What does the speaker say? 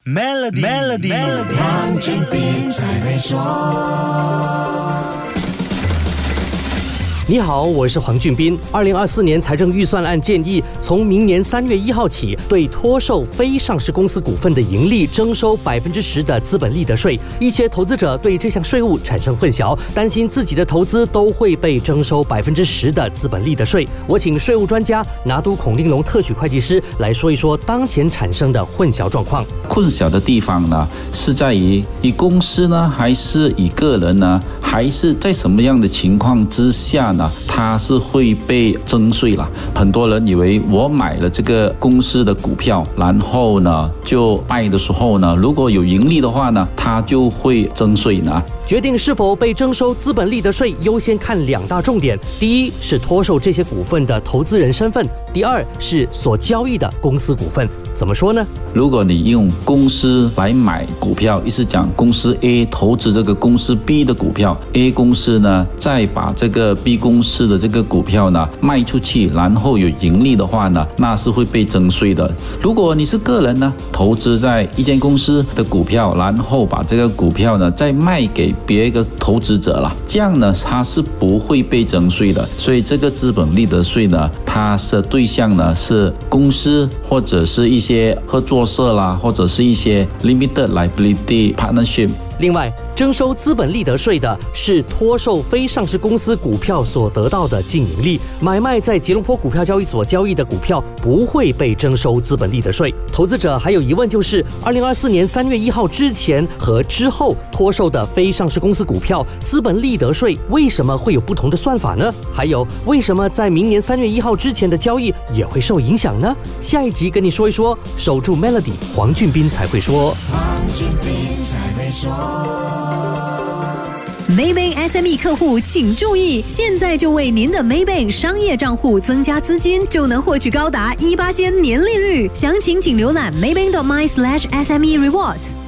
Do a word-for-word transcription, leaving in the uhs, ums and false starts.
Melody， Melody， 黄俊斌才会说。 你好，我是黄俊斌。二零二四年财政预算案建议，从明年三月一号起，对脱售非上市公司股份的盈利征收百分之十的资本利得税。一些投资者对这项税务产生混淆，担心自己的投资都会被征收百分之十的资本利得税。我请税务专家拿督孔令龙特许会计师来说一说当前产生的混淆状况。 混淆的地方呢，是在于以公司呢，还是以个人呢，还是在什么样的情况之下呢？它是会被征税了。很多人以为我买了这个公司的股票，然后呢就卖的时候呢，如果有盈利的话呢，它就会征税呢。 决定是否被征收资本利得税，优先看两大重点：第一是脱售这些股份的投资人身份；第二是所交易的公司股份。怎么说呢？ 如果你用公司来买股票，意思讲公司 A 投资这个公司 B 的股票 ，A 公司呢再把这个 B 公司的这个股票呢卖出去，然后有盈利的话呢，那是会被征税的。如果你是个人呢，投资在一间公司的股票，然后把这个股票呢再卖给别个投资者了，这样呢它是不会被征税的。所以这个资本利得税呢，它的对象呢是公司或者是一些合作社啦，或者是一些 limited liability partnership。 另外，征收资本利得税的是脱售非上市公司股票所得到的净盈利。买卖在吉隆坡股票交易所交易的股票不会被征收资本利得税。投资者还有疑问就是，二零二四年三月一号之前和之后脱售的非上市公司股票资本利得税为什么会有不同的算法呢？还有，为什么在明年三月一号之前的交易也会受影响呢？下一集跟你说一说，守住 Melody， 黄俊斌才会说。 黄俊斌才会说。 Maybank S M E 客户请注意，现在就为您的 Maybank 商业账户增加资金，就能获取高达百分之一 年利率。详情请浏览 maybank dot my slash S M E rewards。